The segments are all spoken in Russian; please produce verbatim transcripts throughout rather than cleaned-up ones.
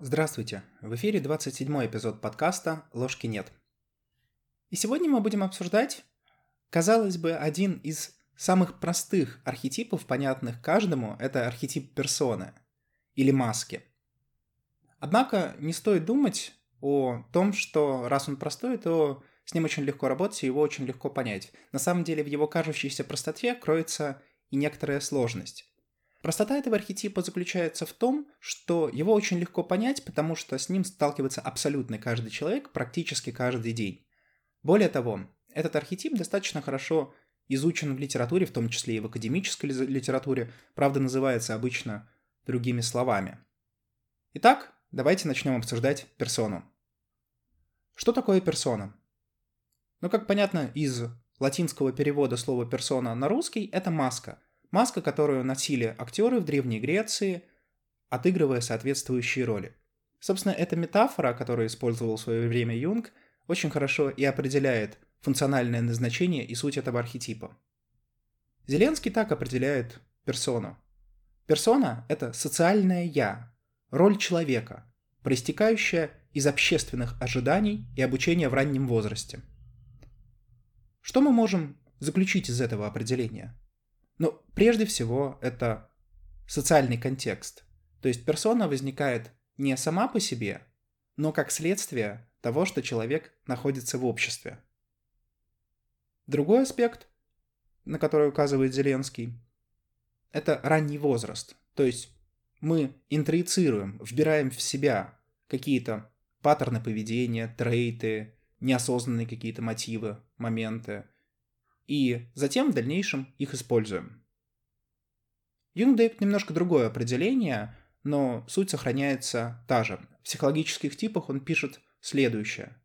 Здравствуйте! В эфире двадцать седьмой эпизод подкаста «Ложки нет». И сегодня мы будем обсуждать, казалось бы, один из самых простых архетипов, понятных каждому, это архетип персоны или маски. Однако не стоит думать о том, что раз он простой, то с ним очень легко работать и его очень легко понять. На самом деле в его кажущейся простоте кроется и некоторая сложность. Простота этого архетипа заключается в том, что его очень легко понять, потому что с ним сталкивается абсолютно каждый человек практически каждый день. Более того, этот архетип достаточно хорошо изучен в литературе, в том числе и в академической литературе, правда, называется обычно другими словами. Итак, давайте начнем обсуждать персону. Что такое персона? Ну, как понятно из латинского перевода слова персона на русский, это маска. Маска, которую носили актеры в Древней Греции, отыгрывая соответствующие роли. Собственно, эта метафора, которую использовал в свое время Юнг, очень хорошо и определяет функциональное назначение и суть этого архетипа. Зеленский так определяет персону. Персона – это социальное «я», роль человека, проистекающая из общественных ожиданий и обучения в раннем возрасте. Что мы можем заключить из этого определения? Ну, прежде всего, это социальный контекст. То есть персона возникает не сама по себе, но как следствие того, что человек находится в обществе. Другой аспект, на который указывает Зеленский, это ранний возраст. То есть мы интроицируем, вбираем в себя какие-то паттерны поведения, трейты, неосознанные какие-то мотивы, моменты, и затем в дальнейшем их используем. Юнг дает немножко другое определение, но суть сохраняется та же. В психологических типах он пишет следующее.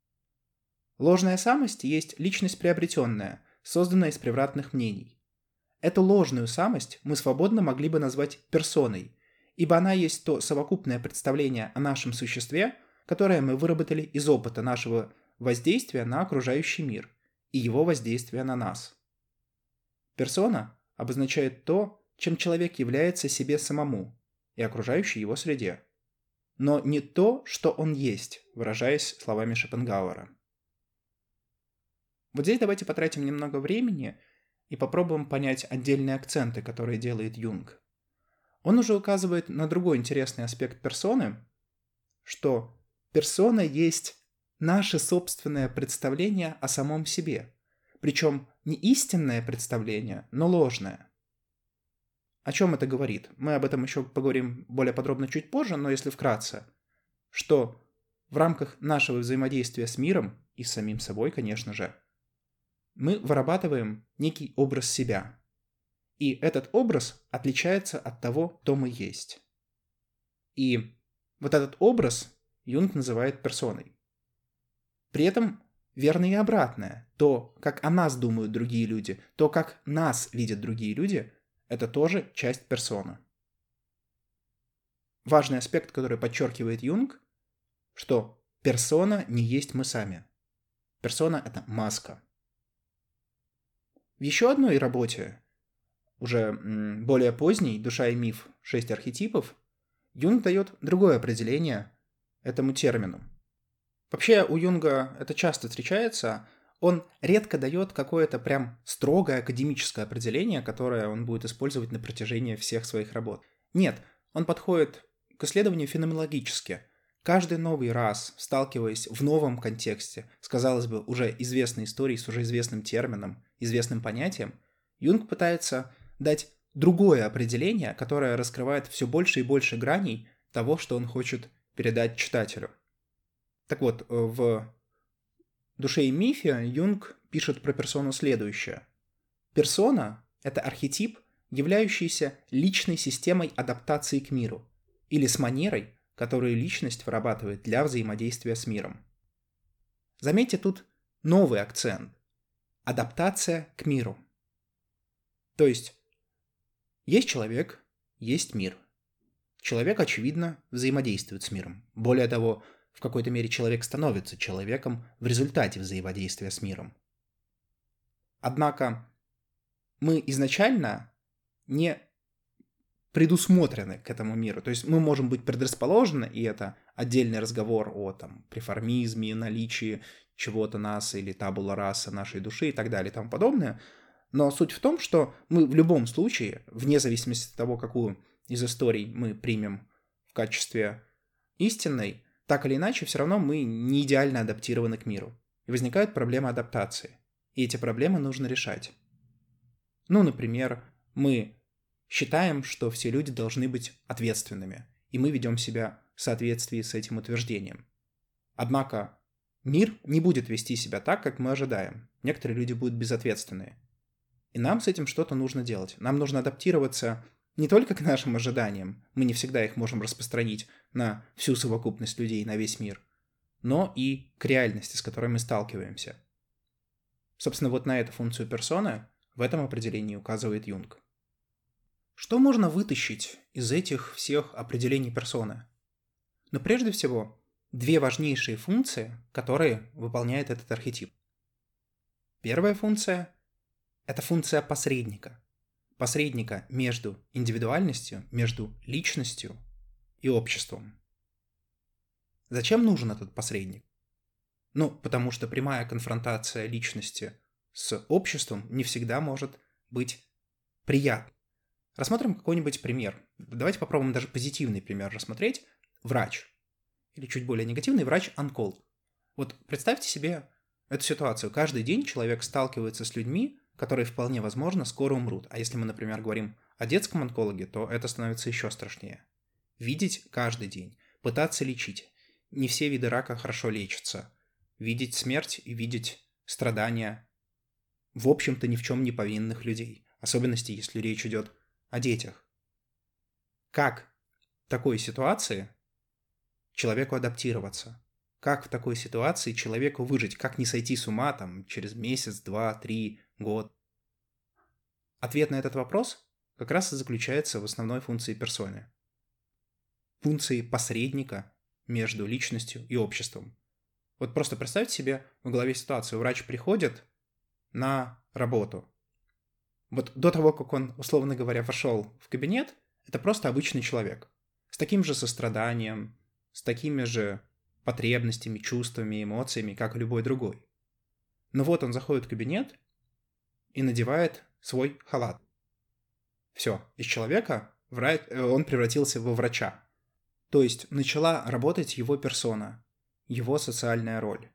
Ложная самость есть личность приобретенная, созданная из превратных мнений. Эту ложную самость мы свободно могли бы назвать персоной, ибо она есть то совокупное представление о нашем существе, которое мы выработали из опыта нашего воздействия на окружающий мир и его воздействия на нас. Персона обозначает то, чем человек является себе самому и окружающей его среде, но не то, что он есть, выражаясь словами Шопенгауэра. Вот здесь давайте потратим немного времени и попробуем понять отдельные акценты, которые делает Юнг. Он уже указывает на другой интересный аспект персоны, что персона есть наше собственное представление о самом себе, причем не истинное представление, но ложное. О чем это говорит? Мы об этом еще поговорим более подробно чуть позже, но если вкратце, что в рамках нашего взаимодействия с миром и с самим собой, конечно же, мы вырабатываем некий образ себя. И этот образ отличается от того, кто мы есть. И вот этот образ Юнг называет персоной. При этом верно и обратное. То, как о нас думают другие люди, то, как нас видят другие люди, это тоже часть персоны. Важный аспект, который подчеркивает Юнг, что персона не есть мы сами. Персона – это маска. В еще одной работе, уже более поздней, «Душа и миф. Шесть архетипов», Юнг дает другое определение этому термину. Вообще у Юнга это часто встречается. Он редко дает какое-то прям строгое академическое определение, которое он будет использовать на протяжении всех своих работ. Нет, он подходит к исследованию феноменологически. Каждый новый раз, сталкиваясь в новом контексте, с, казалось бы, уже известной историей, с уже известным термином, известным понятием, Юнг пытается дать другое определение, которое раскрывает все больше и больше граней того, что он хочет передать читателю. Так вот, в «Душе и мифе» Юнг пишет про персону следующее. Персона – это архетип, являющийся личной системой адаптации к миру, или с манерой, которую личность вырабатывает для взаимодействия с миром. Заметьте тут новый акцент – адаптация к миру. То есть, есть человек, есть мир. Человек, очевидно, взаимодействует с миром. Более того, в какой-то мере человек становится человеком в результате взаимодействия с миром. Однако мы изначально не предусмотрены к этому миру. То есть мы можем быть предрасположены, и это отдельный разговор о там, преформизме, наличии чего-то нас или табула раса нашей души и так далее и тому подобное. Но суть в том, что мы в любом случае, вне зависимости от того, какую из историй мы примем в качестве истинной, так или иначе, все равно мы не идеально адаптированы к миру. И возникают проблемы адаптации. И эти проблемы нужно решать. Ну, например, мы считаем, что все люди должны быть ответственными, и мы ведем себя в соответствии с этим утверждением. Однако мир не будет вести себя так, как мы ожидаем. Некоторые люди будут безответственные. И нам с этим что-то нужно делать. Нам нужно адаптироваться не только к нашим ожиданиям, мы не всегда их можем распространить на всю совокупность людей, на весь мир, но и к реальности, с которой мы сталкиваемся. Собственно, вот на эту функцию персоны в этом определении указывает Юнг. Что можно вытащить из этих всех определений персоны? Но прежде всего, две важнейшие функции, которые выполняет этот архетип. Первая функция – это функция посредника. Посредника между индивидуальностью, между личностью и обществом. Зачем нужен этот посредник? Ну, потому что прямая конфронтация личности с обществом не всегда может быть приятной. Рассмотрим какой-нибудь пример. Давайте попробуем даже позитивный пример рассмотреть. Врач. Или чуть более негативный врач-онколог. Вот представьте себе эту ситуацию. Каждый день человек сталкивается с людьми, которые вполне возможно скоро умрут. А если мы, например, говорим о детском онкологе, то это становится еще страшнее. Видеть каждый день, пытаться лечить. Не все виды рака хорошо лечатся. Видеть смерть и видеть страдания, в общем-то, ни в чем не повинных людей. В особенности, если речь идет о детях. Как в такой ситуации человеку адаптироваться? Как в такой ситуации человеку выжить? Как не сойти с ума там, через месяц, два, три, год? Ответ на этот вопрос как раз и заключается в основной функции персоны. Функции посредника между личностью и обществом. Вот просто представьте себе в голове ситуацию. Врач приходит на работу. Вот до того, как он, условно говоря, вошел в кабинет, это просто обычный человек. С таким же состраданием, с такими же потребностями, чувствами, эмоциями, как и любой другой. Но вот он заходит в кабинет и надевает свой халат. Все, из человека он превратился во врача. То есть начала работать его персона, его социальная роль.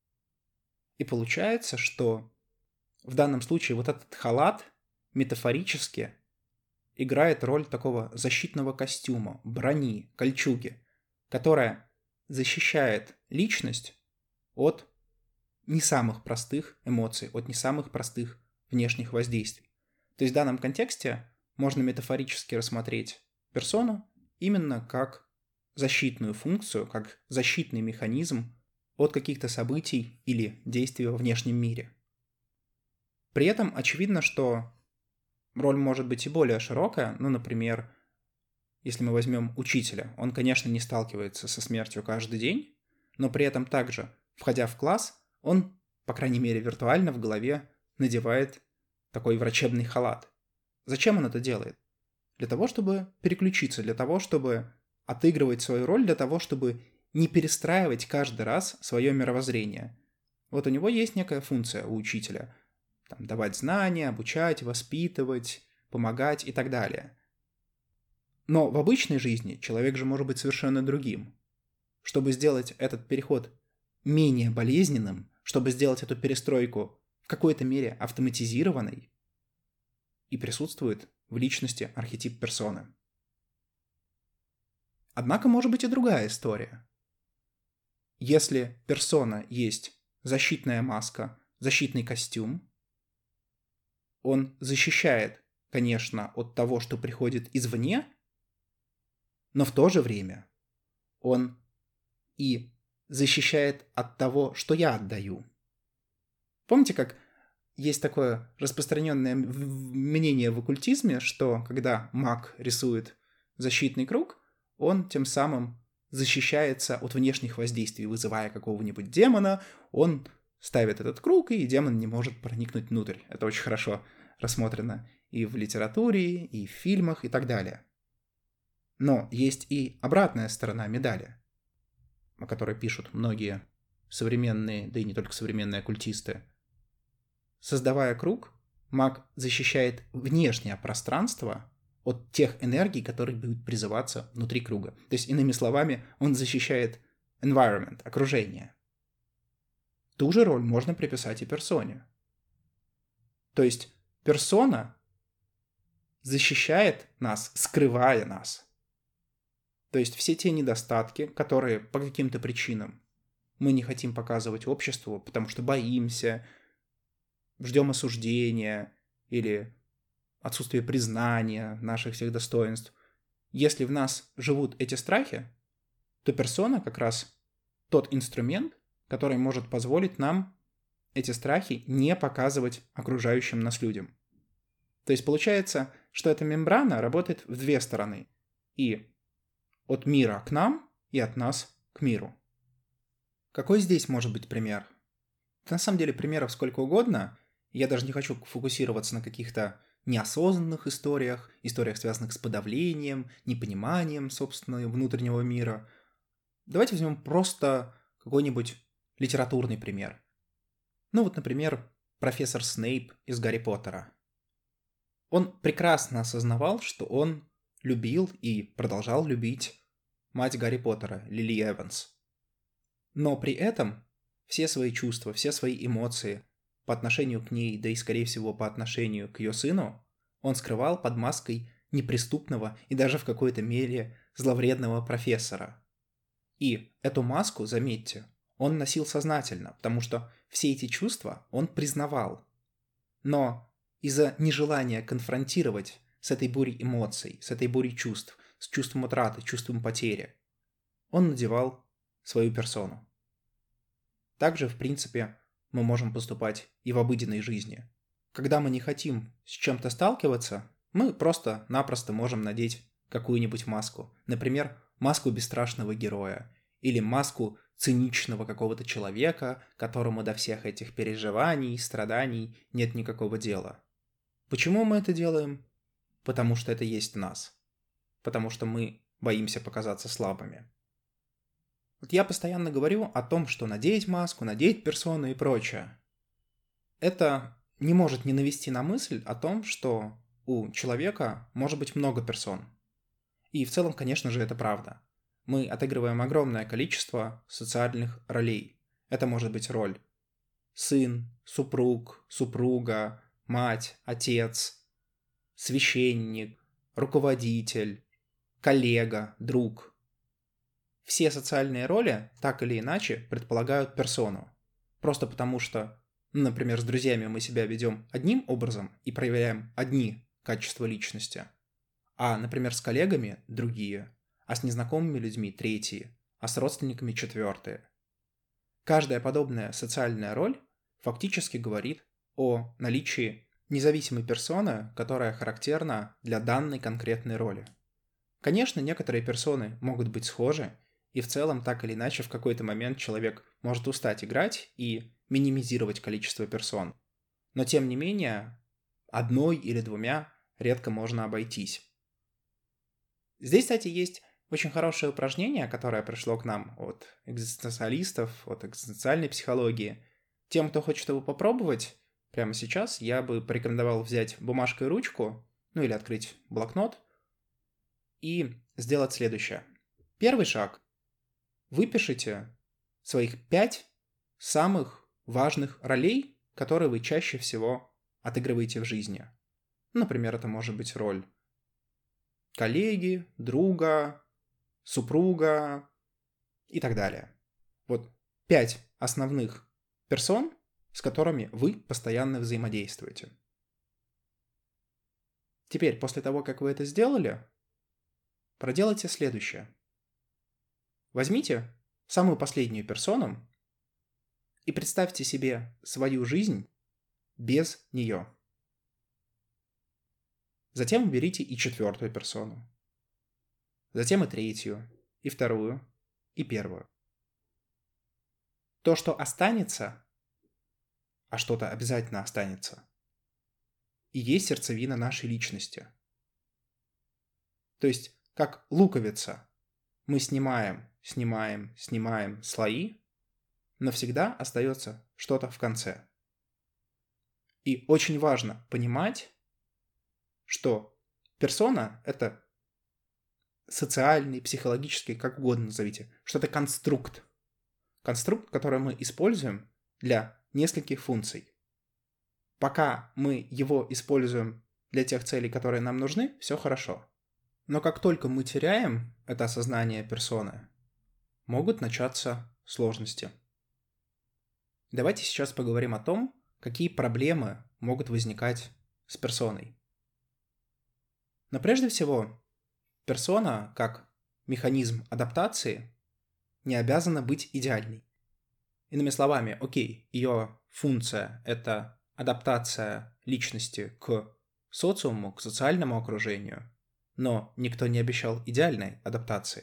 И получается, что в данном случае вот этот халат метафорически играет роль такого защитного костюма, брони, кольчуги, которая защищает личность от не самых простых эмоций, от не самых простых внешних воздействий. То есть в данном контексте можно метафорически рассмотреть персону именно как защитную функцию, как защитный механизм от каких-то событий или действий во внешнем мире. При этом очевидно, что роль может быть и более широкая. Ну, например, если мы возьмем учителя, он, конечно, не сталкивается со смертью каждый день, но при этом также, входя в класс, он, по крайней мере, виртуально в голове надевает такой врачебный халат. Зачем он это делает? Для того, чтобы переключиться, для того, чтобы отыгрывать свою роль, для того, чтобы не перестраивать каждый раз свое мировоззрение. Вот у него есть некая функция у учителя. Там, давать знания, обучать, воспитывать, помогать и так далее. Но в обычной жизни человек же может быть совершенно другим. Чтобы сделать этот переход менее болезненным, чтобы сделать эту перестройку в какой-то мере автоматизированной, и присутствует в личности архетип персоны. Однако может быть и другая история. Если персона есть защитная маска, защитный костюм, он защищает, конечно, от того, что приходит извне, но в то же время он и защищает от того, что я отдаю. Помните, как есть такое распространенное мнение в оккультизме, что когда маг рисует защитный круг, он тем самым защищается от внешних воздействий, вызывая какого-нибудь демона, он ставит этот круг, и демон не может проникнуть внутрь. Это очень хорошо рассмотрено и в литературе, и в фильмах, и так далее. Но есть и обратная сторона медали, о которой пишут многие современные, да и не только современные оккультисты. Создавая круг, маг защищает внешнее пространство от тех энергий, которые будут призываться внутри круга. То есть, иными словами, он защищает environment, окружение. Ту же роль можно приписать и персоне. То есть, персона защищает нас, скрывая нас. То есть, все те недостатки, которые по каким-то причинам мы не хотим показывать обществу, потому что боимся, ждем осуждения или отсутствие признания наших всех достоинств. Если в нас живут эти страхи, то персона как раз тот инструмент, который может позволить нам эти страхи не показывать окружающим нас людям. То есть получается, что эта мембрана работает в две стороны. И от мира к нам, и от нас к миру. Какой здесь может быть пример? На самом деле примеров сколько угодно. Я даже не хочу фокусироваться на каких-то неосознанных историях, историях, связанных с подавлением, непониманием собственного внутреннего мира. Давайте возьмем просто какой-нибудь литературный пример. Ну вот, например, профессор Снейп из «Гарри Поттера». Он прекрасно осознавал, что он любил и продолжал любить мать Гарри Поттера, Лили Эванс. Но при этом все свои чувства, все свои эмоции по отношению к ней, да и, скорее всего, по отношению к ее сыну, он скрывал под маской неприступного и даже в какой-то мере зловредного профессора. И эту маску, заметьте, он носил сознательно, потому что все эти чувства он признавал. Но из-за нежелания конфронтировать с этой бурей эмоций, с этой бурей чувств, с чувством утраты, чувством потери, он надевал свою персону. Также, в принципе, мы можем поступать и в обыденной жизни. Когда мы не хотим с чем-то сталкиваться, мы просто-напросто можем надеть какую-нибудь маску. Например, маску бесстрашного героя или маску циничного какого-то человека, которому до всех этих переживаний, страданий нет никакого дела. Почему мы это делаем? Потому что это есть в нас. Потому что мы боимся показаться слабыми. Вот я постоянно говорю о том, что надеть маску, надеть персону и прочее. Это не может не навести на мысль о том, что у человека может быть много персон. И в целом, конечно же, это правда. Мы отыгрываем огромное количество социальных ролей. Это может быть роль сын, супруг, супруга, мать, отец, священник, руководитель, коллега, друг. Все социальные роли так или иначе предполагают персону. Просто потому что, например, с друзьями мы себя ведем одним образом и проявляем одни качества личности, а, например, с коллегами другие, а с незнакомыми людьми третьи, а с родственниками четвертые. Каждая подобная социальная роль фактически говорит о наличии независимой персоны, которая характерна для данной конкретной роли. Конечно, некоторые персоны могут быть схожи, и в целом так или иначе в какой-то момент человек может устать играть и минимизировать количество персон. Но тем не менее, одной или двумя редко можно обойтись. Здесь, кстати, есть очень хорошее упражнение, которое пришло к нам от экзистенциалистов, от экзистенциальной психологии. Тем, кто хочет его попробовать, прямо сейчас я бы порекомендовал взять бумажку и ручку, ну или открыть блокнот, и сделать следующее. Первый шаг. Выпишите своих пять самых важных ролей, которые вы чаще всего отыгрываете в жизни. Например, это может быть роль коллеги, друга, супруга и так далее. Вот пять основных персон, с которыми вы постоянно взаимодействуете. Теперь, после того, как вы это сделали, проделайте следующее. Возьмите самую последнюю персону и представьте себе свою жизнь без нее. Затем уберите и четвертую персону. Затем и третью, и вторую, и первую. То, что останется, а что-то обязательно останется, и есть сердцевина нашей личности. То есть как луковица. Мы снимаем, снимаем, снимаем слои, но всегда остается что-то в конце. И очень важно понимать, что персона — это социальный, психологический, как угодно назовите, что это конструкт. Конструкт, который мы используем для нескольких функций. Пока мы его используем для тех целей, которые нам нужны, все хорошо. Но как только мы теряем это осознание персоны, могут начаться сложности. Давайте сейчас поговорим о том, какие проблемы могут возникать с персоной. Но прежде всего, персона, как механизм адаптации, не обязана быть идеальной. Иными словами, окей, ее функция — это адаптация личности к социуму, к социальному окружению, но никто не обещал идеальной адаптации.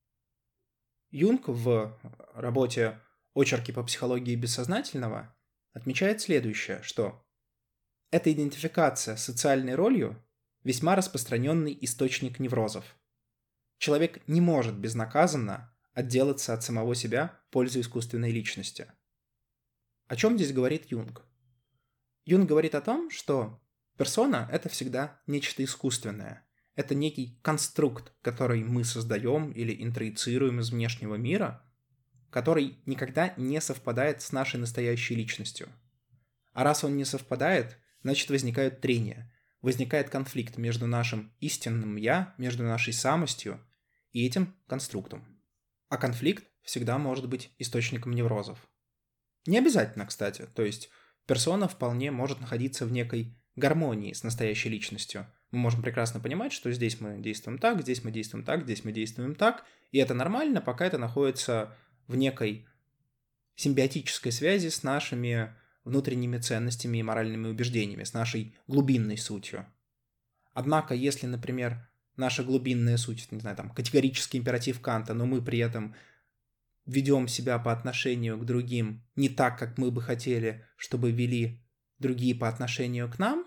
Юнг в работе «Очерки по психологии бессознательного» отмечает следующее, что эта идентификация с социальной ролью весьма распространенный источник неврозов. Человек не может безнаказанно отделаться от самого себя в пользу искусственной личности. О чем здесь говорит Юнг? Юнг говорит о том, что персона — это всегда нечто искусственное. Это некий конструкт, который мы создаем или интроицируем из внешнего мира, который никогда не совпадает с нашей настоящей личностью. А раз он не совпадает, значит возникают трения, возникает конфликт между нашим истинным «я», между нашей самостью и этим конструктом. А конфликт всегда может быть источником неврозов. Не обязательно, кстати, то есть персона вполне может находиться в некой гармонии с настоящей личностью. Мы можем прекрасно понимать, что здесь мы действуем так, здесь мы действуем так, здесь мы действуем так, и это нормально, пока это находится в некой симбиотической связи с нашими внутренними ценностями и моральными убеждениями, с нашей глубинной сутью. Однако, если, например, наша глубинная суть, не знаю, там, категорический императив Канта, но мы при этом ведем себя по отношению к другим не так, как мы бы хотели, чтобы вели другие по отношению к нам,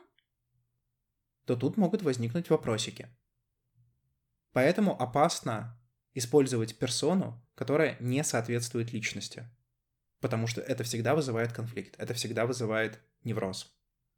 то тут могут возникнуть вопросики. Поэтому опасно использовать персону, которая не соответствует личности, потому что это всегда вызывает конфликт, это всегда вызывает невроз.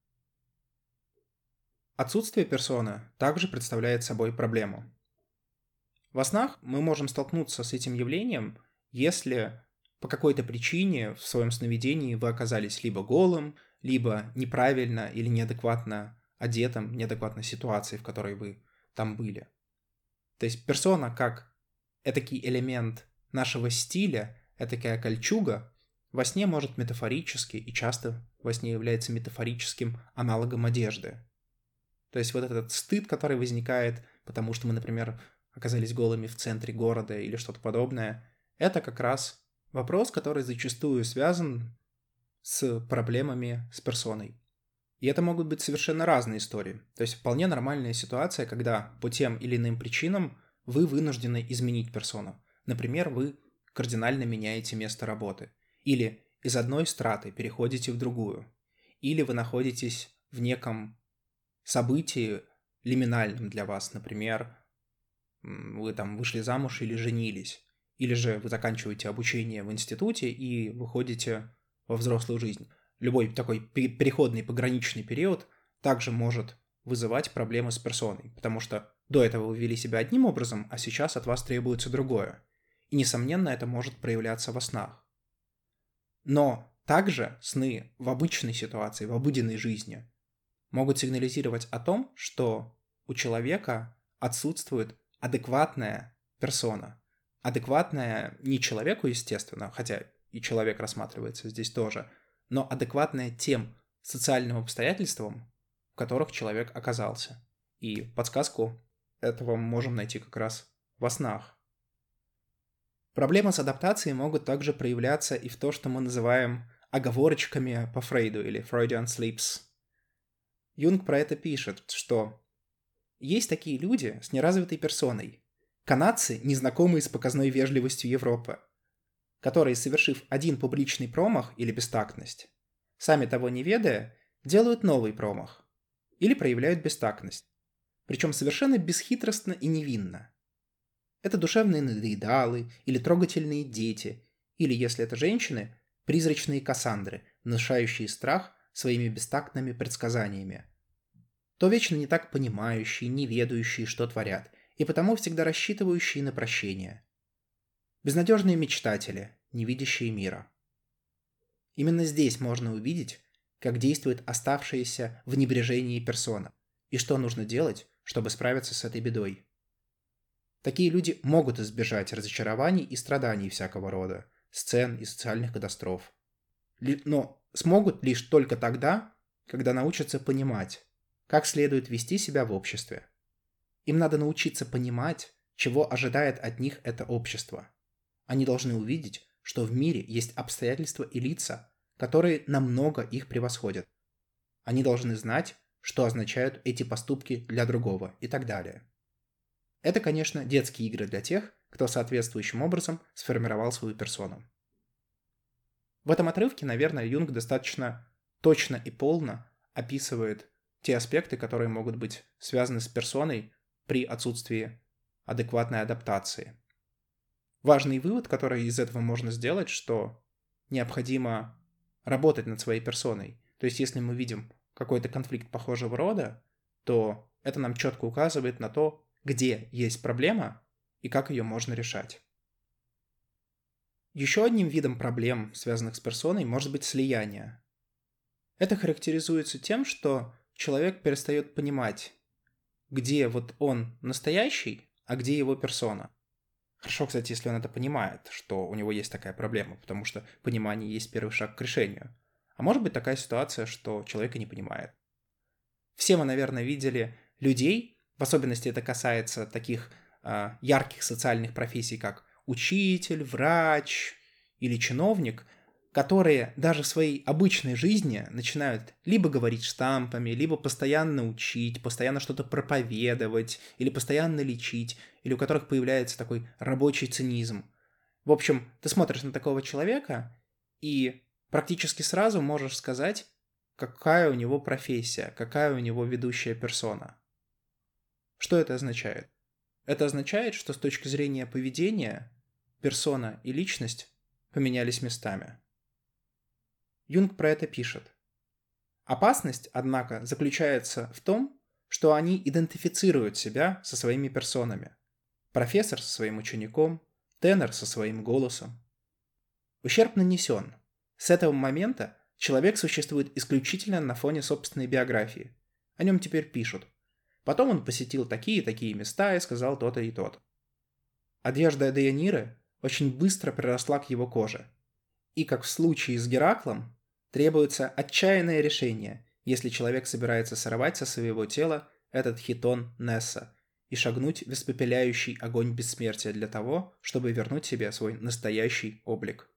Отсутствие персоны также представляет собой проблему. Во снах мы можем столкнуться с этим явлением, если по какой-то причине в своем сновидении вы оказались либо голым, либо неправильно или неадекватно одетым, неадекватной ситуации, в которой вы там были. То есть персона как этакий элемент нашего стиля, этакая кольчуга, во сне может метафорически и часто во сне является метафорическим аналогом одежды. То есть вот этот стыд, который возникает, потому что мы, например, оказались голыми в центре города или что-то подобное, это как раз вопрос, который зачастую связан с проблемами с персоной. И это могут быть совершенно разные истории. То есть вполне нормальная ситуация, когда по тем или иным причинам вы вынуждены изменить персону. Например, вы кардинально меняете место работы. Или из одной страты переходите в другую. Или вы находитесь в неком событии лиминальном для вас. Например, вы там вышли замуж или женились. Или же вы заканчиваете обучение в институте и выходите во взрослую жизнь. Любой такой переходный пограничный период также может вызывать проблемы с персоной, потому что до этого вы вели себя одним образом, а сейчас от вас требуется другое. И, несомненно, это может проявляться во снах. Но также сны в обычной ситуации, в обыденной жизни могут сигнализировать о том, что у человека отсутствует адекватная персона. Адекватная не человеку, естественно, хотя и человек рассматривается здесь тоже, но адекватная тем социальным обстоятельствам, в которых человек оказался. И подсказку этого мы можем найти как раз во снах. Проблемы с адаптацией могут также проявляться и в то, что мы называем оговорочками по Фрейду или Freudian Slips. Юнг про это пишет, что есть такие люди с неразвитой персоной, канадцы, незнакомые с показной вежливостью Европы, которые, совершив один публичный промах или бестактность, сами того не ведая, делают новый промах или проявляют бестактность, причем совершенно бесхитростно и невинно. Это душевные надоедалы или трогательные дети, или, если это женщины, призрачные Кассандры, внушающие страх своими бестактными предсказаниями. То вечно не так понимающие, не ведающие, что творят, и потому всегда рассчитывающие на прощение. Безнадежные мечтатели, не видящие мира. Именно здесь можно увидеть, как действует оставшаяся в небрежении персона, и что нужно делать, чтобы справиться с этой бедой. Такие люди могут избежать разочарований и страданий всякого рода, сцен и социальных катастроф. Но смогут лишь только тогда, когда научатся понимать, как следует вести себя в обществе. Им надо научиться понимать, чего ожидает от них это общество. Они должны увидеть, что в мире есть обстоятельства и лица, которые намного их превосходят. Они должны знать, что означают эти поступки для другого и так далее. Это, конечно, детские игры для тех, кто соответствующим образом сформировал свою персону. В этом отрывке, наверное, Юнг достаточно точно и полно описывает те аспекты, которые могут быть связаны с персоной при отсутствии адекватной адаптации. Важный вывод, который из этого можно сделать, что необходимо работать над своей персоной. То есть, если мы видим какой-то конфликт похожего рода, то это нам четко указывает на то, где есть проблема и как ее можно решать. Еще одним видом проблем, связанных с персоной, может быть слияние. Это характеризуется тем, что человек перестает понимать, где вот он настоящий, а где его персона. Хорошо, кстати, если он это понимает, что у него есть такая проблема, потому что понимание есть первый шаг к решению. А может быть такая ситуация, что человек и не понимает. Все мы, наверное, видели людей, в особенности это касается таких э, ярких социальных профессий, как учитель, врач или чиновник, которые даже в своей обычной жизни начинают либо говорить штампами, либо постоянно учить, постоянно что-то проповедовать, или постоянно лечить, или у которых появляется такой рабочий цинизм. В общем, ты смотришь на такого человека и практически сразу можешь сказать, какая у него профессия, какая у него ведущая персона. Что это означает? Это означает, что с точки зрения поведения персона и личность поменялись местами. Юнг про это пишет. Опасность, однако, заключается в том, что они идентифицируют себя со своими персонами. Профессор со своим учеником, тенор со своим голосом. Ущерб нанесен. С этого момента человек существует исключительно на фоне собственной биографии. О нем теперь пишут. Потом он посетил такие и такие места и сказал то-то и то-то. Одежда Деяниры очень быстро приросла к его коже. И, как в случае с Гераклом, требуется отчаянное решение, если человек собирается сорвать со своего тела этот хитон Несса и шагнуть в испепеляющий огонь бессмертия для того, чтобы вернуть себе свой настоящий облик.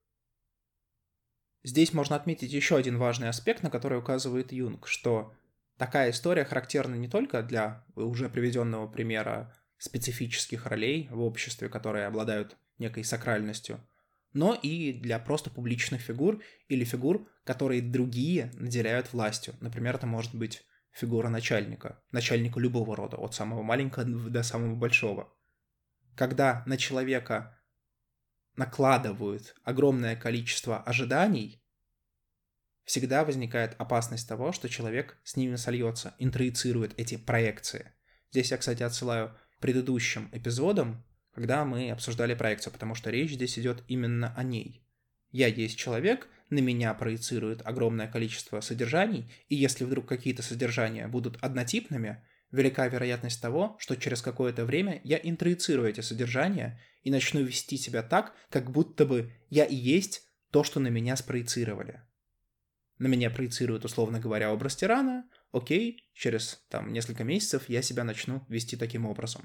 Здесь можно отметить еще один важный аспект, на который указывает Юнг, что такая история характерна не только для уже приведенного примера специфических ролей в обществе, которые обладают некой сакральностью, но и для просто публичных фигур или фигур, которые другие наделяют властью. Например, это может быть фигура начальника, начальника любого рода, от самого маленького до самого большого. Когда на человека накладывают огромное количество ожиданий, всегда возникает опасность того, что человек с ними сольется, интроицирует эти проекции. Здесь я, кстати, отсылаю к предыдущим эпизодам, когда мы обсуждали проекцию, потому что речь здесь идет именно о ней. Я есть человек, на меня проецирует огромное количество содержаний, и если вдруг какие-то содержания будут однотипными, велика вероятность того, что через какое-то время я интроицирую эти содержания и начну вести себя так, как будто бы я и есть то, что на меня спроецировали. На меня проецируют, условно говоря, образ тирана, окей, через там, несколько месяцев я себя начну вести таким образом.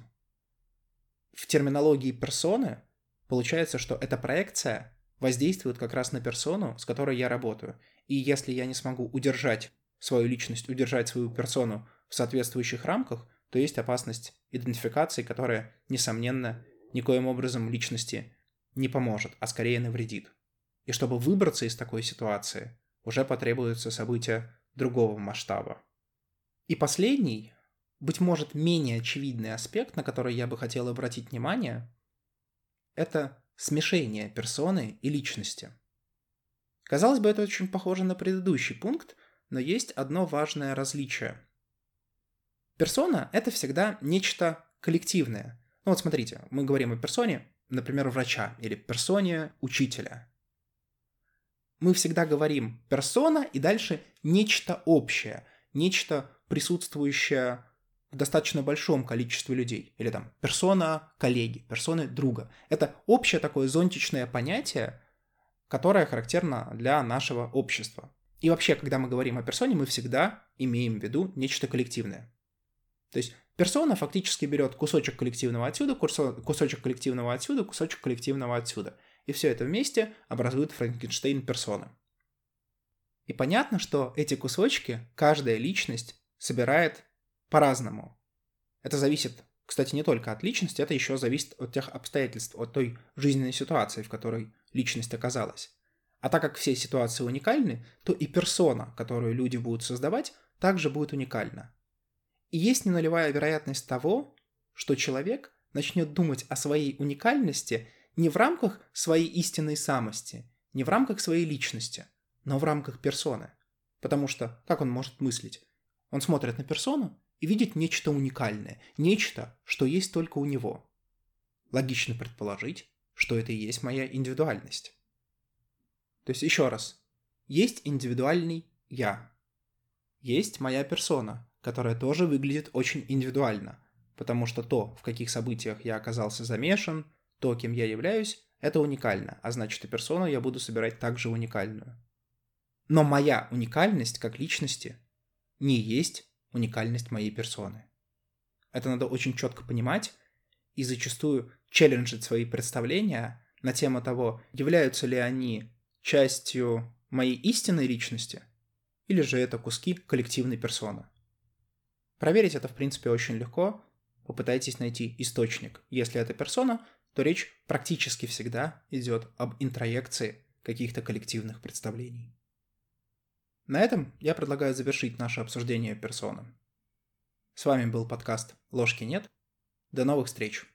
В терминологии персоны получается, что эта проекция воздействует как раз на персону, с которой я работаю. И если я не смогу удержать свою личность, удержать свою персону в соответствующих рамках, то есть опасность идентификации, которая, несомненно, никоим образом личности не поможет, а скорее навредит. И чтобы выбраться из такой ситуации, уже потребуются события другого масштаба. И последний, быть может, менее очевидный аспект, на который я бы хотел обратить внимание, – это смешение персоны и личности. Казалось бы, это очень похоже на предыдущий пункт, но есть одно важное различие. Персона – это всегда нечто коллективное. Ну вот смотрите, мы говорим о персоне, например, врача или персоне учителя. Мы всегда говорим «персона» и дальше нечто общее, нечто присутствующее в достаточно большом количестве людей. Или там персона коллеги, персона друга. Это общее такое зонтичное понятие, которое характерно для нашего общества. И вообще, когда мы говорим о персоне, мы всегда имеем в виду нечто коллективное. То есть персона фактически берет кусочек коллективного отсюда, кусочек коллективного отсюда, кусочек коллективного отсюда. И все это вместе образует Франкенштейн персоны. И понятно, что эти кусочки каждая личность собирает по-разному. Это зависит, кстати, не только от личности, это еще зависит от тех обстоятельств, от той жизненной ситуации, в которой личность оказалась. А так как все ситуации уникальны, то и персона, которую люди будут создавать, также будет уникальна. И есть ненулевая вероятность того, что человек начнет думать о своей уникальности не в рамках своей истинной самости, не в рамках своей личности, но в рамках персоны. Потому что как он может мыслить? Он смотрит на персону и видит нечто уникальное, нечто, что есть только у него. Логично предположить, что это и есть моя индивидуальность. То есть еще раз, есть индивидуальный я, есть моя персона, которая тоже выглядит очень индивидуально, потому что то, в каких событиях я оказался замешан, то, кем я являюсь, это уникально, а значит и персону я буду собирать также уникальную. Но моя уникальность как личности не есть уникальность моей персоны. Это надо очень четко понимать и зачастую челленджить свои представления на тему того, являются ли они частью моей истинной личности или же это куски коллективной персоны. Проверить это, в принципе, очень легко. Попытайтесь найти источник. Если это персона, то речь практически всегда идет об интроекции каких-то коллективных представлений. На этом я предлагаю завершить наше обсуждение персоны. С вами был подкаст «Ложки нет». До новых встреч!